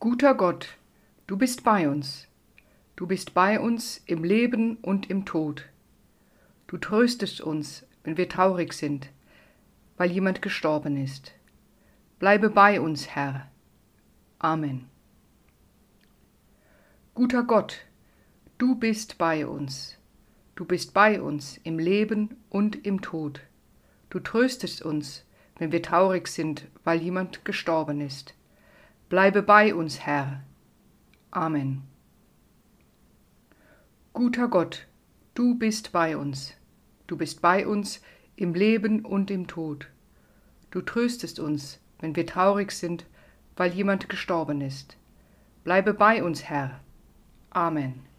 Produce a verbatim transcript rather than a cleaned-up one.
Guter Gott, du bist bei uns. Du bist bei uns im Leben und im Tod. Du tröstest uns, wenn wir traurig sind, weil jemand gestorben ist. Bleibe bei uns, Herr. Amen. Guter Gott, du bist bei uns. Du bist bei uns im Leben und im Tod. Du tröstest uns, wenn wir traurig sind, weil jemand gestorben ist. Bleibe bei uns, Herr. Amen. Guter Gott, du bist bei uns. Du bist bei uns im Leben und im Tod. Du tröstest uns, wenn wir traurig sind, weil jemand gestorben ist. Bleibe bei uns, Herr. Amen.